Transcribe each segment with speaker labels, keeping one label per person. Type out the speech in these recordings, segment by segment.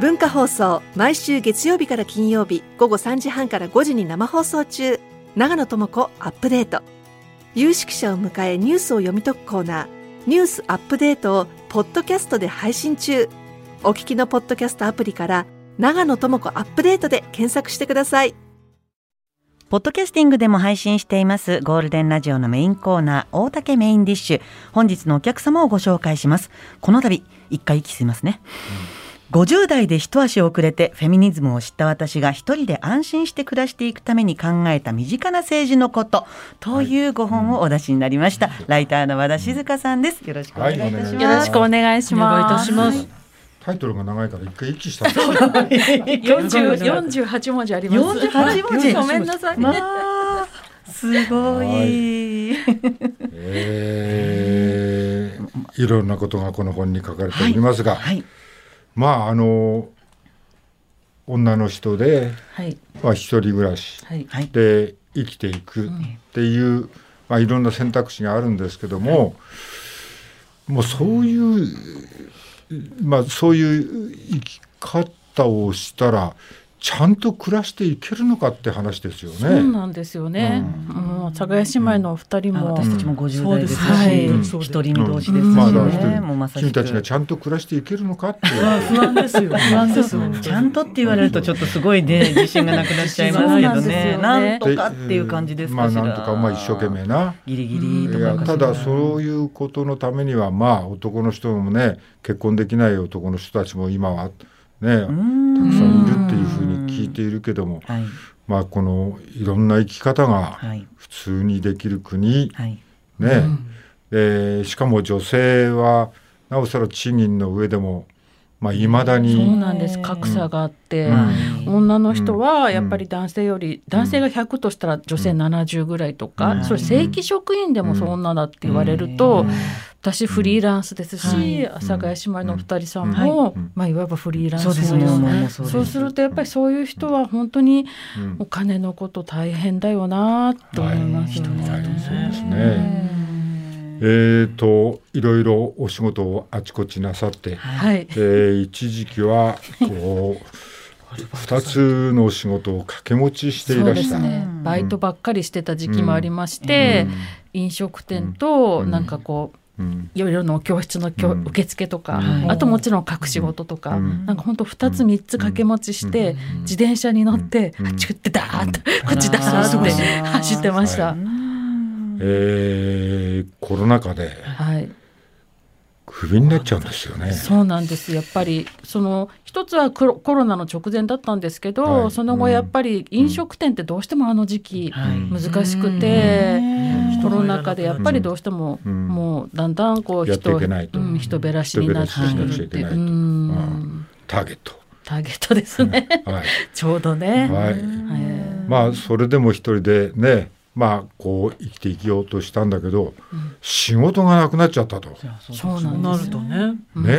Speaker 1: 文化放送、毎週月曜日から金曜日午後3時半から5時に生放送中。長野智子アップデート。有識者を迎えニュースを読み解くコーナー、ニュースアップデートをポッドキャストで配信中。お聞きのポッドキャストアプリから長野智子アップデートで検索してください。
Speaker 2: ポッドキャスティングでも配信していますゴールデンラジオのメインコーナー、大竹メインディッシュ。本日のお客様をご紹介します。この度一回息しますね、50代で一足遅れてフェミニズムを知った私が一人で安心して暮らしていくために考えた身近な政治のことというご本をお出しになりました、ライターの和田静香さんです。よろしくお願いいたします。
Speaker 3: よろしくお願いします。
Speaker 4: タイトルが長いから一回息した
Speaker 3: 48文字あります。
Speaker 2: 48文字
Speaker 3: ごめんなさい、
Speaker 2: すごい、
Speaker 4: いろんなことがこの本に書かれておりますが、女の人で、一人暮らしで生きていくっていう、いろんな選択肢があるんですけども、もうそういうそういう生き方をしたらちゃんと暮らしていけるのかって話ですよね。
Speaker 3: そうなんですよね、佐賀姉妹のお二人も、
Speaker 2: 私たちも50代ですし、一人身同士ですしね、もうまさしく
Speaker 4: 君たちがちゃんと暮らしていけるのかって
Speaker 3: 不安ですよ、不安です
Speaker 2: ちゃんとって言われるとちょっとすごいね自信がなくなっちゃいますけどね、なんとかっていう感じですかしら。
Speaker 4: なんとか一生懸命な
Speaker 2: ギリギリとか
Speaker 4: ただそういうことのためには男の人もね、結婚できない男の人たちも今はね、たくさんいるっていうふうに聞いているけども、このいろんな生き方が普通にできる国、しかも女性はなおさら賃金の上でもいまだに
Speaker 3: そうなんです、格差があって、女の人はやっぱり男性より、男性が100としたら女性70ぐらいとか、それ正規職員でもそんなだって言われると、私フリーランスですし、阿佐ヶ谷姉妹のお二人さんも、いわばフリーランスです。そうするとやっぱりそういう人は本当にお金のこと大変だよなと思いますよね。
Speaker 4: そうですね。いろいろお仕事をあちこちなさって、一時期は2つのお仕事を掛け持ちしていらした。
Speaker 3: そうですね、バイトばっかりしてた時期もありまして、飲食店となんか夜の教室の受付とか、あともちろん隠し事とか、なんか本当2つ3つ掛け持ちして、自転車に乗ってあっちってダーッとこっちダーッって走ってました。
Speaker 4: コロナ禍でクビになっちゃうんですよね。
Speaker 3: そうなんです。やっぱり一つはコロナの直前だったんですけど、その後やっぱり飲食店ってどうしてもあの時期難しくて、コロナ禍でやっぱりどうしてももうだんだん人減らしになってくるっていう
Speaker 4: ターゲット
Speaker 3: ですね、ちょうどね、
Speaker 4: それでも一人でね、生きていきようとしたんだけど、仕事がなくなっちゃったと。
Speaker 3: そうなるとね、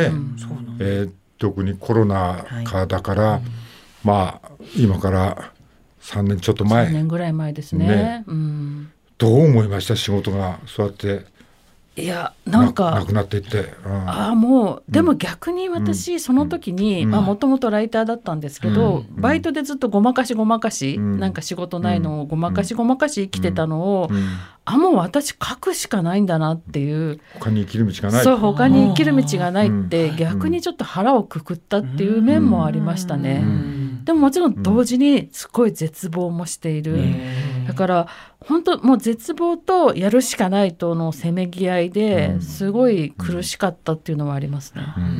Speaker 4: 特にコロナ禍だから、今から3年ちょっと前、
Speaker 3: 3年ぐらい前ですね。
Speaker 4: どう思いました？仕事がそうやってなくなっていって、
Speaker 3: もうでも逆に私その時にもともとライターだったんですけど、バイトでずっとごまかしなんか仕事ないのをごまかし生きてたのを、もう私書くしかないんだなっていう、
Speaker 4: 他に生きる道がない、
Speaker 3: 他に生きる道がないって逆にちょっと腹をくくったっていう面もありましたね。でももちろん同時にすごい絶望もしている。だから本当もう絶望とやるしかないとのせめぎ合いですごい苦しかったっていうのはありますね。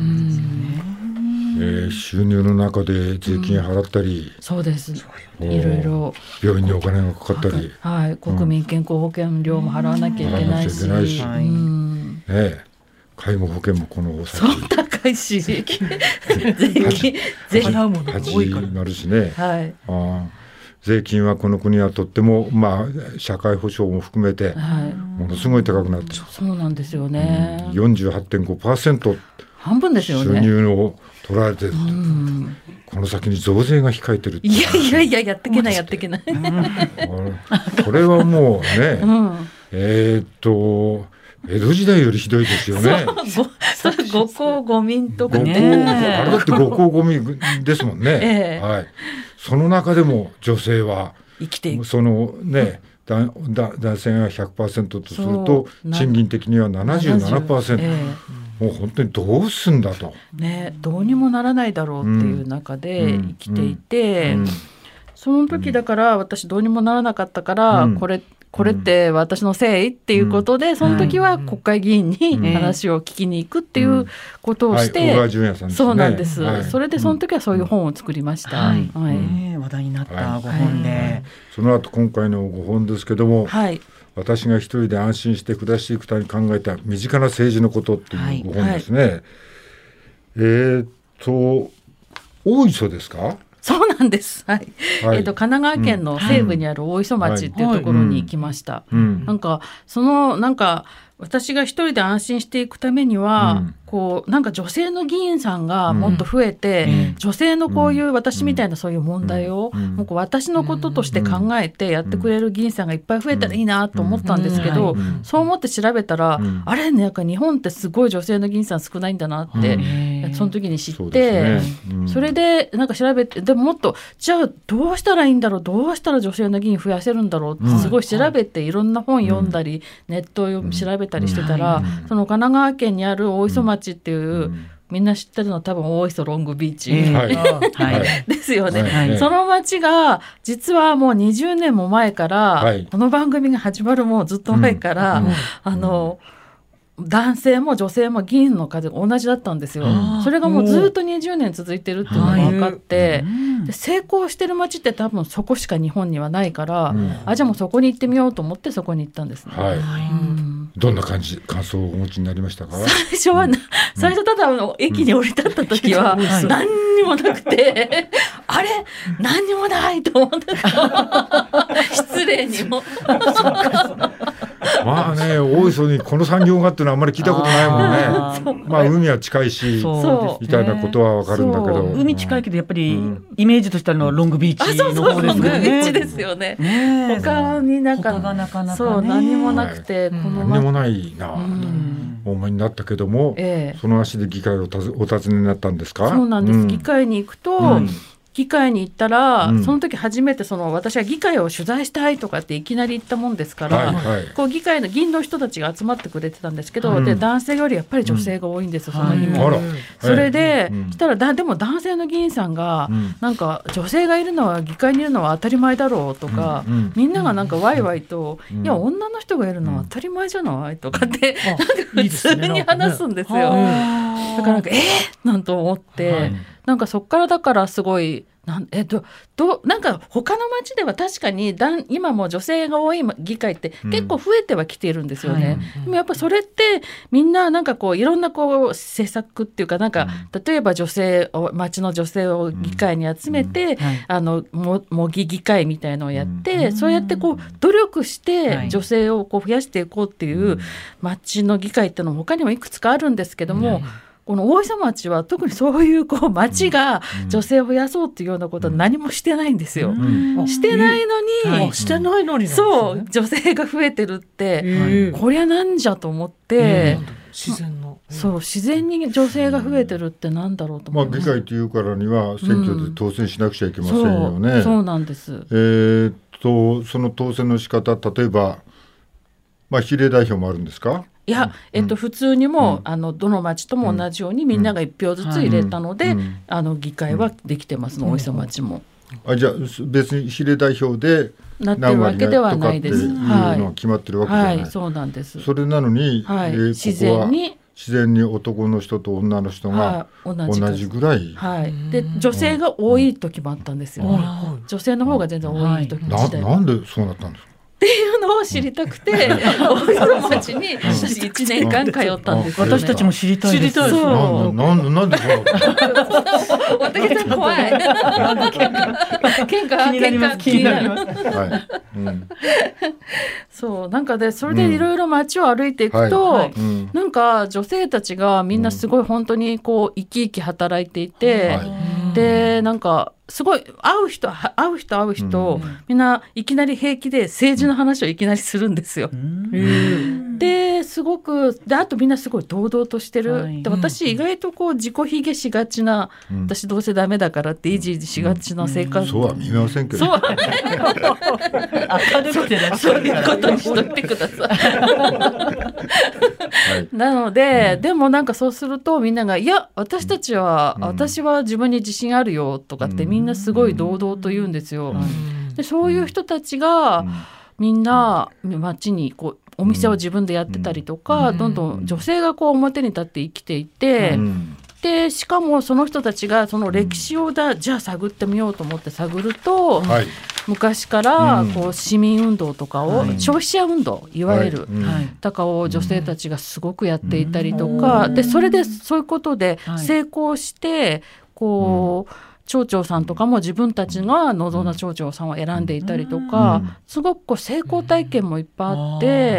Speaker 4: 収入の中で税金払ったり、
Speaker 3: そうです、いろいろ
Speaker 4: 病院にお金がかかったり、
Speaker 3: 国民健康保険料も払わなきゃいけないし、
Speaker 4: 介護保険もこの大
Speaker 3: そう高いし税金
Speaker 4: 払うものが多いからなるしね、税金はこの国はとっても、社会保障も含めてものすごい高くなって、
Speaker 3: そうなんですよね、
Speaker 4: 48.5%
Speaker 3: 半分ですよね、
Speaker 4: 収入を取られてる、この先に増税が控えてるって、
Speaker 3: いややってけない、
Speaker 4: これはもうね、 江戸時代よりひどいですよね。
Speaker 3: 五公五民とかね。
Speaker 4: あれだって五公五民ですもんね。はい。その中でも女性は
Speaker 3: 生きていく。
Speaker 4: そのね、男性が 100% とすると賃金的には 77%。もう本当にどうすんだと。
Speaker 3: ね、どうにもならないだろうっていう中で生きていて、その時だから私どうにもならなかったから、これって私のせいっていうことで、その時は国会議員に話を聞きに行くっていうことをして、
Speaker 4: 小川淳也さんですね。
Speaker 3: そうなんです、それでその時はそういう本を作りました。話
Speaker 2: 題になったご本で、
Speaker 4: その後今回のご本ですけども、私が一人で安心して暮らしていくために考えた身近な政治のことっていうご本ですね。大磯ですか？
Speaker 3: そうなんです、神奈川県の西部にある大磯町っていうところに行きました。なんか私が一人で安心していくためには、なんか女性の議員さんがもっと増えて、女性のこういう私みたいなそういう問題を、もう私のこととして考えてやってくれる議員さんがいっぱい増えたらいいなと思ったんですけど、そう思って調べたら、あれなんか日本ってすごい女性の議員さん少ないんだなって、その時に知って、それでなんか調べて、でももっとじゃあどうしたらいいんだろう、どうしたら女性の議員増やせるんだろうってすごい調べて、いろんな本読んだり、ネットを調べたりしてたら、その神奈川県にある大磯町っていう、みんな知ってるのは多分大磯ロングビーチ、ですよね、その町が実はもう20年も前から、この番組が始まるもうずっと前から、男性も女性も議員の数が同じだったんですよ。それがもうずっと20年続いてるっていうのが分かって、で成功してる町って多分そこしか日本にはないから、じゃあもうそこに行ってみようと思ってそこに行ったんですね。
Speaker 4: どんな感想をお持ちになりましたか？
Speaker 3: 最初ただ駅に降り立った時は何にもなくてあれ何にもないと思ってた失礼にも
Speaker 4: まあね、大磯にこの産業がっていうのはあんまり聞いたことないもんね。まあ海は近いしみたいなことはわかるんだけど、
Speaker 2: 海近いけどやっぱりイメージとしてはロングビーチの方ですよね。
Speaker 3: ロングビーチですよね。他になんか何もなくて、
Speaker 4: 何にもないなとお思いになったけども、その足で議会をお尋ねになったんですか？
Speaker 3: そうなんです、議会に行くと、議会に行ったら、その時初めて私は議会を取材したいとかっていきなり言ったもんですから、こう議会の議員の人たちが集まってくれてたんですけど、で男性よりやっぱり女性が多いんです、その日も。それで、したらでも男性の議員さんが、なんか女性がいるのは議会にいるのは当たり前だろうとか、みんながなんかワイワイと、いや女の人がいるのは当たり前じゃないとかってなんか普通に話すんですよ。だからなんかなんと思って、なんかそっからだからすごいなんか他の町では確かに今も女性が多い議会って結構増えてはきているんですよね。でもやっぱそれってみんななんかこういろんなこう政策っていうか、なんか例えば町の女性を議会に集めて、模擬議会みたいのをやって、そうやってこう努力して女性をこう増やしていこうっていう町の議会っていうのも他にもいくつかあるんですけども、この大磯町は特にそういう町が女性を増やそうっていうようなことは何もしてないんですよ。してないのに、そう女性が増えてるって、こりゃなんじゃと思って、自然に女性が増えてるってなんだろうと思います。
Speaker 4: 議会というからには選挙で当選しなくちゃいけませんよね。
Speaker 3: そうなんです。
Speaker 4: その当選の仕方、例えば、比例代表もあるんですか？
Speaker 3: いや、普通にも、どの町とも同じようにみんなが1票ずつ入れたので、議会はできてますの、大磯町も。
Speaker 4: じゃあ別に比例代表で何割がとかっていうのは決まってるわけじゃない。
Speaker 3: そうなんです。
Speaker 4: それなのに、自然に男の人と女の人が同じぐらい、
Speaker 3: で女性が多いと決まったんですよ。女性の方が全然多い時時代。
Speaker 4: なんでそうなったんですか？
Speaker 3: っていうのを知りたくて大磯町に私1年間通ったんですよね。
Speaker 2: 私たちも知りたいです。
Speaker 4: なんでそうなった
Speaker 3: 大竹さん怖い。喧嘩気になります。そうなんかでそれでいろいろ街を歩いていくと、なんか女性たちがみんなすごい本当にこう生き生き働いていて、でなんかすごい会う人、みんないきなり平気で政治の話をいきなりするんですよ。 ですごくであとみんなすごい堂々としてる、で私意外とこう自己卑下しがちな、私どうせダメだからって維持しがちな生活、
Speaker 4: そうは見ませんけど、
Speaker 3: そう明るくてらっしゃるそういうことにしといてください、なので、でもなんかそうするとみんながいや私たちは、私は自分に自信あるよとかってみんなすごい堂々と言うんですよ、でそういう人たちが、みんな街にこうお店を自分でやってたりとか、どんどん女性がこう表に立って生きていて、でしかもその人たちがその歴史をじゃあ探ってみようと思って探ると、昔からこう市民運動とかを、消費者運動いわゆる、とかを女性たちがすごくやっていたりとか、でそれでそういうことで成功して、こう町長さんとかも自分たちが望んだ町長さんを選んでいたりとか、すごくこう成功体験もいっぱいあって、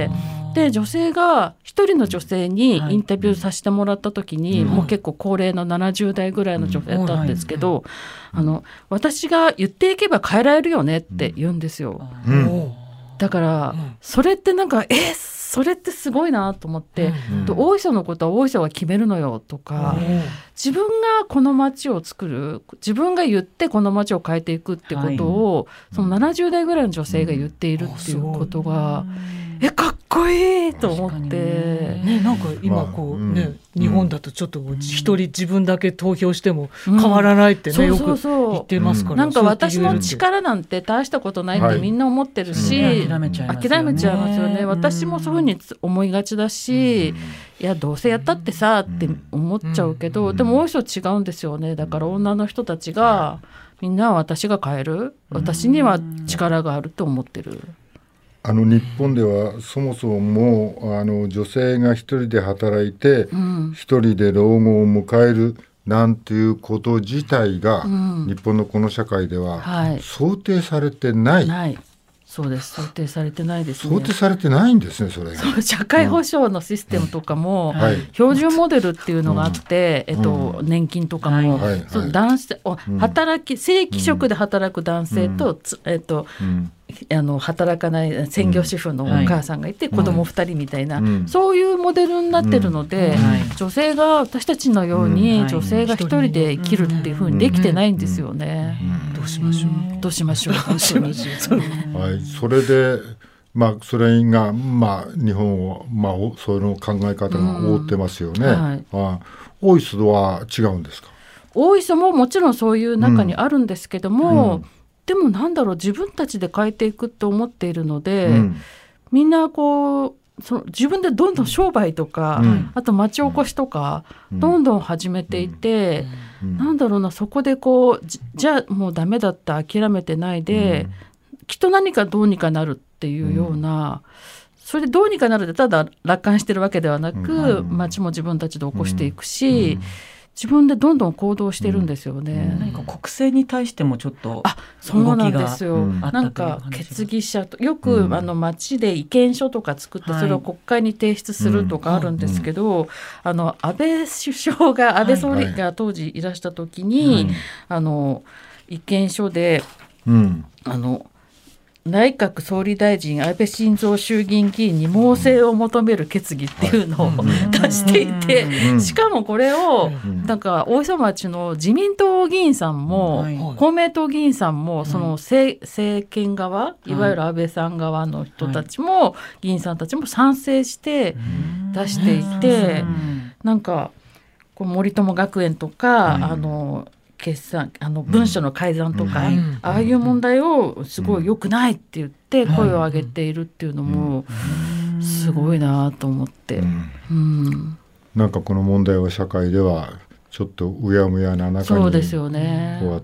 Speaker 3: で女性が一人の女性にインタビューさせてもらった時に、もう結構高齢の70代ぐらいの女性だったんですけど、私が言っていけば変えられるよねって言うんですよ、だからそれってなんかそれってすごいなと思って、大磯のことは大磯が決めるのよとか、自分がこの街を作る、自分が言ってこの街を変えていくってことを、その70代ぐらいの女性が言っているっていうことが、かっこいいと思って、
Speaker 5: なんか今こうね、日本だとちょっと一人自分だけ投票しても変わらないってね、よく言ってますから、
Speaker 3: なんか私の力なんて大したことないってみんな思ってるし、諦めちゃいますよね。私もそういうふうに思いがちだし、いやどうせやったってさって思っちゃうけど、でも大人違うんですよね。だから女の人たちがみんな私が変える、私には力があると思ってる。
Speaker 4: 日本ではそもそも女性が一人で働いて一人で老後を迎えるなんていうこと自体が、日本のこの社会では想定されてない、
Speaker 3: そうです、想定されてないですね。
Speaker 4: 想定されてないんですね。それが
Speaker 3: そう、社会保障のシステムとかも、標準モデルっていうのがあって、年金とかも、男性正規職で働く男性と、働かない専業主婦のお母さんがいて、子供2人みたいな、そういうモデルになってるので、女性が私たちのように、女性が一人で生きるっていう風にできてないんですよね。
Speaker 5: どうしましょう
Speaker 3: どうしましょう本当に
Speaker 4: それでそれが日本をそういう考え方が覆ってますよね。大磯は違うんですか？
Speaker 3: 大磯ももちろんそういう中にあるんですけども、でも自分たちで変えていくって思っているので、みんなこう自分でどんどん商売とか、あと町おこしとか、どんどん始めていて、そこでこうじゃあもうダメだった諦めてないで、きっと何かどうにかなるっていうような、それでどうにかなるってただ楽観してるわけではなく、町も自分たちで起こしていくし、自分でどんどん行動してるんですよね。
Speaker 2: 何か国政に対してもちょっと動きが
Speaker 3: そうなんですよ。なんか決議者とよく町で意見書とか作ってそれを国会に提出するとかあるんですけど、安倍総理が当時いらした時に、意見書で、内閣総理大臣安倍晋三衆議院議員に猛省を求める決議っていうのを出していて、しかもこれをなんか大磯町の自民党議員さんも、公明党議員さんも、その政権側、いわゆる安倍さん側の人たちも、議員さんたちも賛成して出していて、なんかこう森友学園とか、決算文書の改ざんとか、ああいう問題をすごい良くないって言って声を上げているっていうのもすごいなと思って、
Speaker 4: なんかこの問題は社会ではちょっとうやむやな中に終わって、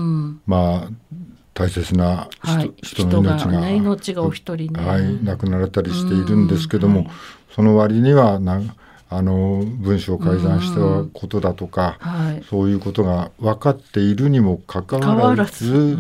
Speaker 4: 大切な人の
Speaker 3: 命がお一人
Speaker 4: 亡くなられたりしているんですけども、その割には文書を改ざんしたことだとか、そういうことが分かっているにもかかわらず、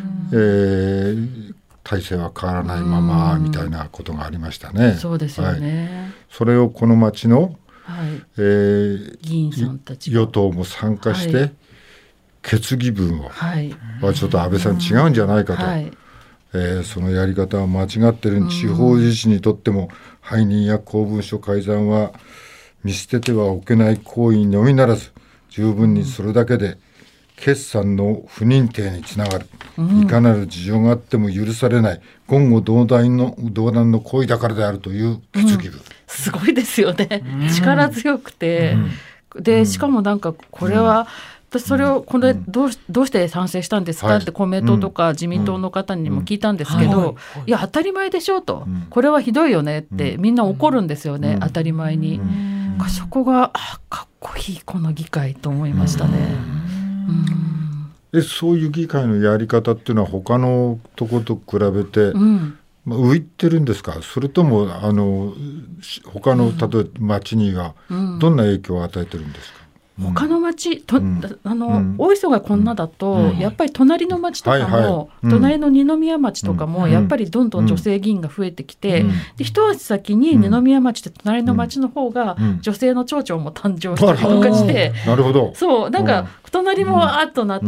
Speaker 4: 体制は変わらないままみたいなことがありましたね。
Speaker 3: そうですよね。
Speaker 4: それをこの町の、
Speaker 3: 議員さんたち
Speaker 4: 与党も参加して、決議文を、ちょっと安倍さん違うんじゃないかと、 そのやり方は間違ってる。地方自治にとっても背任や公文書改ざんは見捨ててはおけない行為のみならず、十分にそれだけで決算の不認定につながる、いかなる事情があっても許されない言語道断の行為だからであるという決議文、
Speaker 3: すごいですよね、力強くて、でしかもなんかこれは、私それをこれどうして賛成したんですかって公明党とか自民党の方にも聞いたんですけど、いや当たり前でしょうと、これはひどいよねってみんな怒るんですよね、当たり前に。そこがかっこいいこの議会と思いましたね。
Speaker 4: そういう議会のやり方っていうのは他のとこと比べて、浮いてるんですか、それとも他の例えば町にはどんな影響を与えてるんですか。
Speaker 3: 他の町大磯がこんなだと、やっぱり隣の町とかも、隣の二宮町とかもやっぱりどんどん女性議員が増えてきて、で一足先に二宮町って隣の町の方が女性の町長も誕生したりとかして、
Speaker 4: なるほど、
Speaker 3: そうなんか隣もわーっとなって、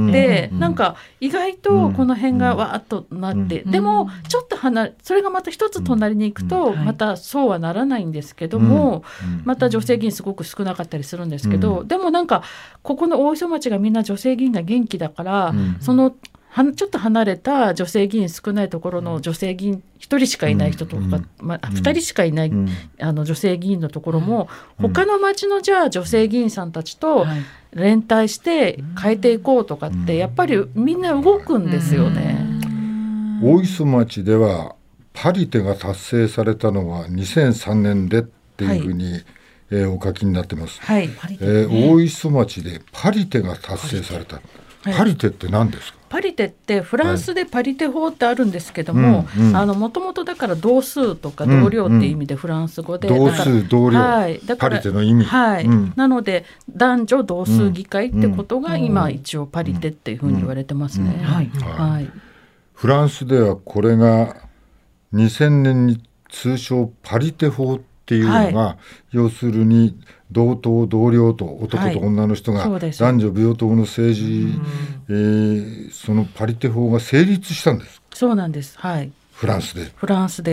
Speaker 3: なんか意外とこの辺がわーっとなって、でもちょっとそれがまた一つ隣に行くとまたそうはならないんですけども、また女性議員すごく少なかったりするんですけど、でもなんかここの大磯町がみんな女性議員が元気だから、そのちょっと離れた女性議員少ないところの女性議員1人しかいない人とか、2人しかいない、女性議員のところも、他の町のじゃあ女性議員さんたちと連帯して変えていこうとかってやっぱりみんな動くんですよね。
Speaker 4: 大磯町ではパリテが達成されたのは2003年でっていうふうに、お書きになってます、大磯町でパリテが達成された。パリテって何ですか。
Speaker 3: パリテってフランスでパリテ法ってあるんですけども、もともとだから同数とか同量っていう意味でフランス語で、
Speaker 4: 同数同量、パリテの意味、
Speaker 3: なので男女同数議会ってことが今一応パリテっていうふうに言われてますね。
Speaker 4: フランスではこれが2000年に通称パリテ法っていうのが、要するに同等同量と男と女の人が男女平等の政治、そのパリテ法が成立したんです。
Speaker 3: そうなんです、
Speaker 4: フランスで。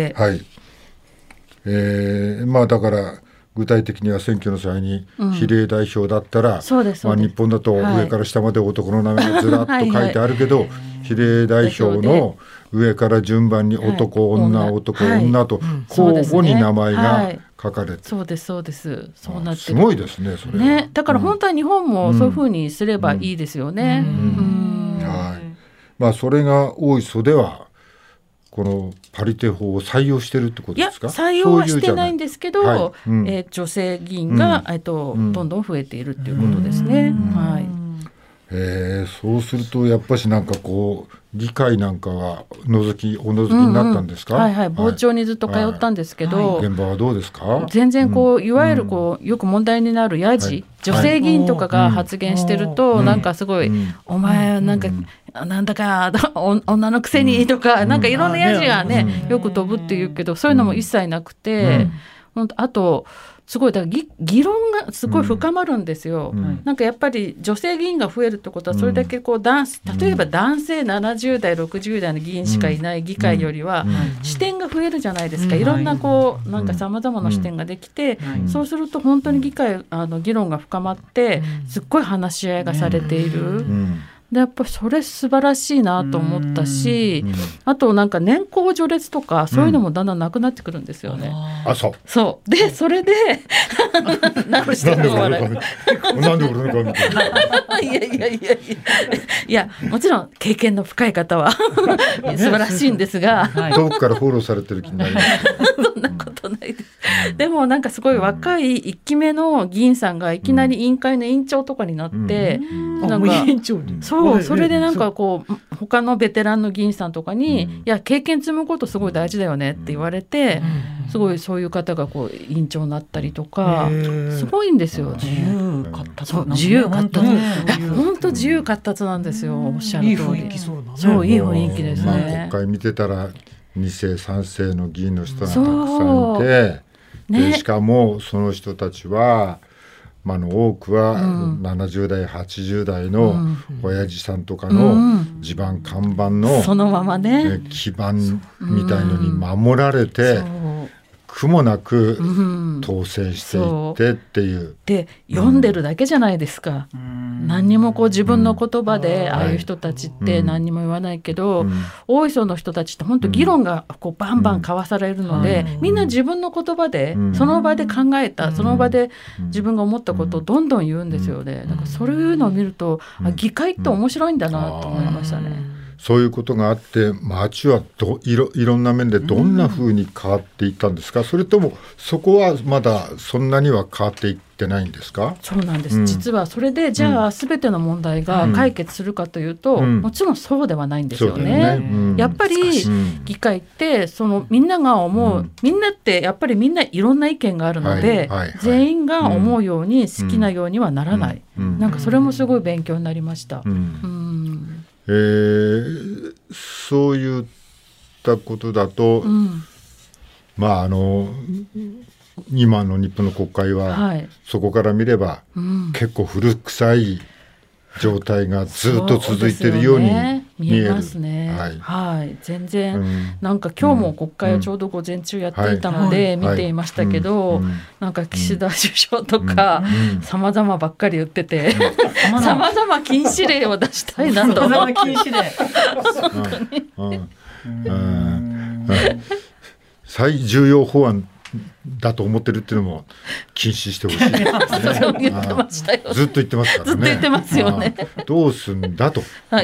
Speaker 4: だから具体的には選挙の際に比例代表だったら、日本だと上から下まで男の名前がずらっと書いてあるけど、比例代表の上から順番に男、女、男、女と交互に名前が書かれて、
Speaker 3: そうです、そうなってる。
Speaker 4: すごいですね、それね。
Speaker 3: だから本当は日本もそういうふうにすればいいですよね。
Speaker 4: それが大磯ではこのパリテ法を採用してるってことですか。
Speaker 3: いや、採用はしてないんですけど、女性議員が、どんどん増えているっていうことですね。
Speaker 4: そうするとやっぱしなんかこう議会なんかはおのぞきになったんですか。
Speaker 3: 傍聴にずっと通ったんですけど、
Speaker 4: 現場はどうですか。
Speaker 3: 全然いわゆるよく問題になるヤジ、女性議員とかが発言してると、なんかすごい、お前なんかなんだか女のくせにとか、なんかいろんなヤジがね、よく飛ぶっていうけど、そういうのも一切なくて、あとすごいだから議論がすごい深まるんですよ。なんかやっぱり女性議員が増えるってことは、それだけ例えば男性70代60代の議員しかいない議会よりは視点が増えるじゃないですか。いろんななんかさまざまな視点ができて、そうすると本当に議論が深まってすっごい話し合いがされている。でやっぱりそれ素晴らしいなと思ったし、あとなんか年功序列とかそういうのもだんだんなくなってくるんですよね。そうでそれで何してるの笑い
Speaker 4: なんで俺の顔見てる
Speaker 3: いやもちろん経験の深い方は素晴らしいんですが、
Speaker 4: 遠くからフォローされてる気になります
Speaker 3: そんなことないです。でもなんかすごい若い1期目の議員さんがいきなり委員会の委員長とかになって、なんか委員長にそれでなんか他のベテランの議員さんとかに、いや経験積むことすごい大事だよねって言われて、すごいそういう方が委員長になったりとか、すごいんですよね。自由闊達、本当自由闊達なんですよ。おっしゃる通り。いい雰囲気ですね。
Speaker 4: 国会見てたら2世3世の議員の人がたくさんいて、しかもその人たちは多くは70代80代の親父さんとかの地盤看板の
Speaker 3: そのままね
Speaker 4: 基盤みたいのに守られて苦もなく統制していってっていう。
Speaker 3: で読んでるだけじゃないですか。何にもこう自分の言葉でああいう人たちって何にも言わないけど、大磯の人たちって本当議論がこうバンバン交わされるので、みんな自分の言葉でその場で考えた、その場で自分が思ったことをどんどん言うんですよね。だからそういうのを見ると、議会って面白いんだなと思いましたね。
Speaker 4: そういうことがあって町はいろんな面でどんな風に変わっていったんですか。それともそこはまだそんなには変わっていってないんですか。
Speaker 3: そうなんです、実はそれでじゃあ全ての問題が解決するかというと、もちろんそうではないんですよね。やっぱり議会ってそのみんなが思う、みんなってやっぱりみんないろんな意見があるので、全員が思うように好きなようにはならない、なんかそれもすごい勉強になりました。
Speaker 4: そういったことだと、今の日本の国会は、そこから見れば、結構古臭い状態がずっと続いているように見えますね。
Speaker 3: 全然、なんか今日も国会をちょうど午前中やっていたので見ていましたけど、なんか岸田首相とか様々ばっかり言ってて、様々禁止令を出したいなと思って
Speaker 4: 最重要法案だと思ってるっていうのも禁止してほしいですね。
Speaker 3: 言ってましたよ。
Speaker 4: ずっと言ってますからね。
Speaker 3: ずっと言ってますよね。
Speaker 4: どうすんだと、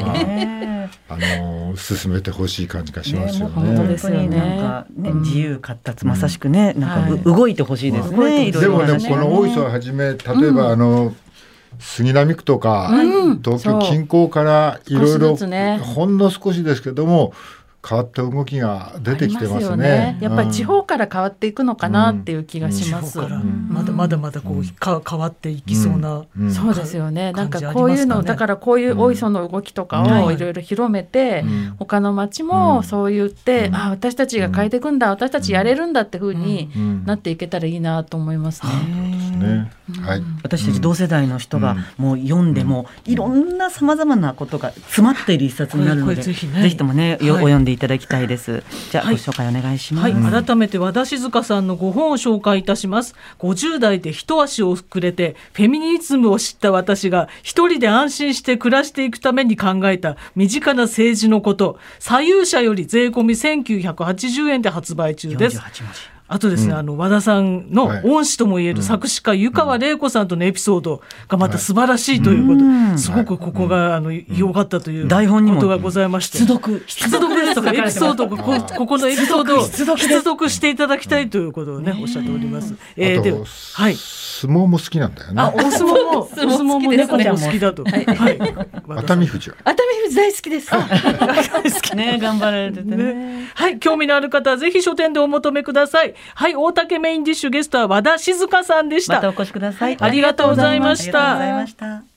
Speaker 4: 進めてほしい感じがしますよね。
Speaker 2: 本当ですよね。なんかね、自由闊達、まさしくね、なんか動いてほしいですね。
Speaker 4: でもね、この大磯をはじめ、例えば杉並区とか、東京近郊からいろいろほんの少しですけども変わった動きが出てきてますね。
Speaker 3: やっぱり地方から変わっていくのかなっていう気がします。
Speaker 5: まだまだこう変わっていきそうな、
Speaker 3: そうですよね。なんかこういうのだからこういう大磯の動きとかをいろいろ広めて、他の町もそう言って、私たちが変えていくんだ、私たちやれるんだって風になっていけたらいいなと思いますね。
Speaker 2: 私たち同世代の人がもう読んでもいろんなさまざまなことが詰まっている一冊になるので、ぜひともねお読んでいただきたいです。じゃあご紹介お願いします。
Speaker 5: 改めて和田静香さんの5本を紹介いたします。50代で一足を遅れてフェミニズムを知った私が一人で安心して暮らしていくために考えた身近な政治のこと、左右者より税込み1980円で発売中です。あとですね、和田さんの恩師ともいえる作詞家湯川玲子さんとのエピソードがまた素晴らしいということ、すごくここが良かったということがございまして、
Speaker 2: 必読
Speaker 5: ですとかエピソード、ここのエピソードを必読していただきたいということをねおっしゃっております。
Speaker 4: 相撲も好きなんだよね。
Speaker 5: お相撲も猫も好きだと。
Speaker 4: 熱海富士
Speaker 3: 大好きです。
Speaker 2: ね、頑張られててね。
Speaker 5: 興味のある方はぜひ書店でお求めください。大竹メインディッシュゲストは和田静香さんでした。
Speaker 2: またお越しください。
Speaker 5: ありがとうございました。
Speaker 2: ありがとうございました。